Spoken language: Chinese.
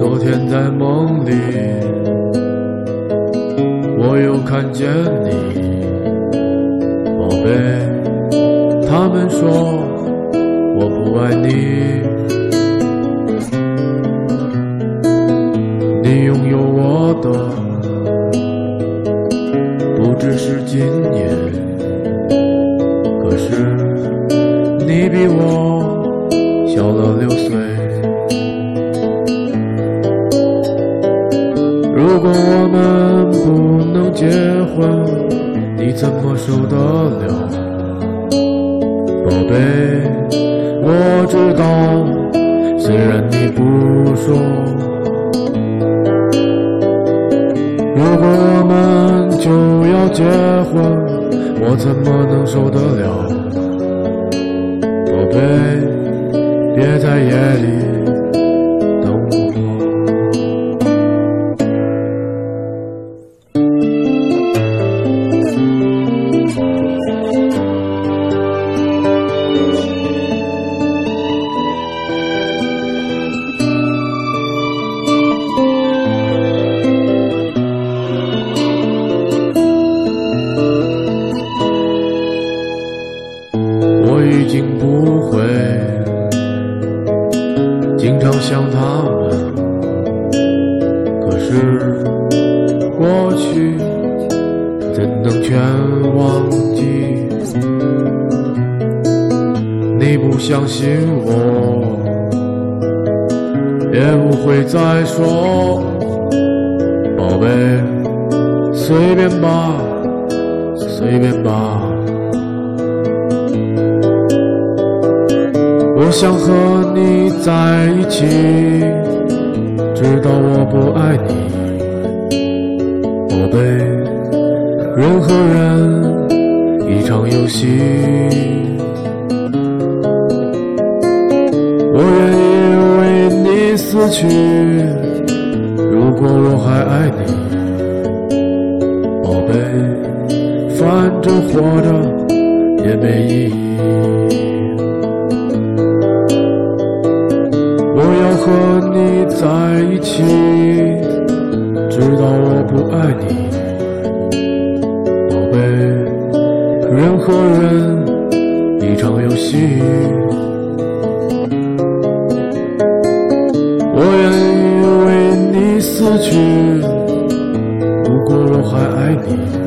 昨天在梦里，我又看见你，宝贝。他们说我不爱你，你拥有我的不只是今夜，可是你比我小了6岁。如果我们不能结婚，你怎么受得了？宝贝，我知道，虽然你不说，如果我们就要结婚，我怎么能受得了？宝贝，别在夜里等我。我已经不会经常想他们，可是过去怎能全忘记？你不相信我，也不会再说，宝贝，随便吧，随便吧。我想和你在一起，直到我不爱你，宝贝。人和人一场游戏，我愿意为你死去，如果我还爱你，宝贝。反正活着也没意义。我要和你在一起，直到我不爱你，宝贝。人和人一场游戏，我愿意为你死去，如果我还爱你。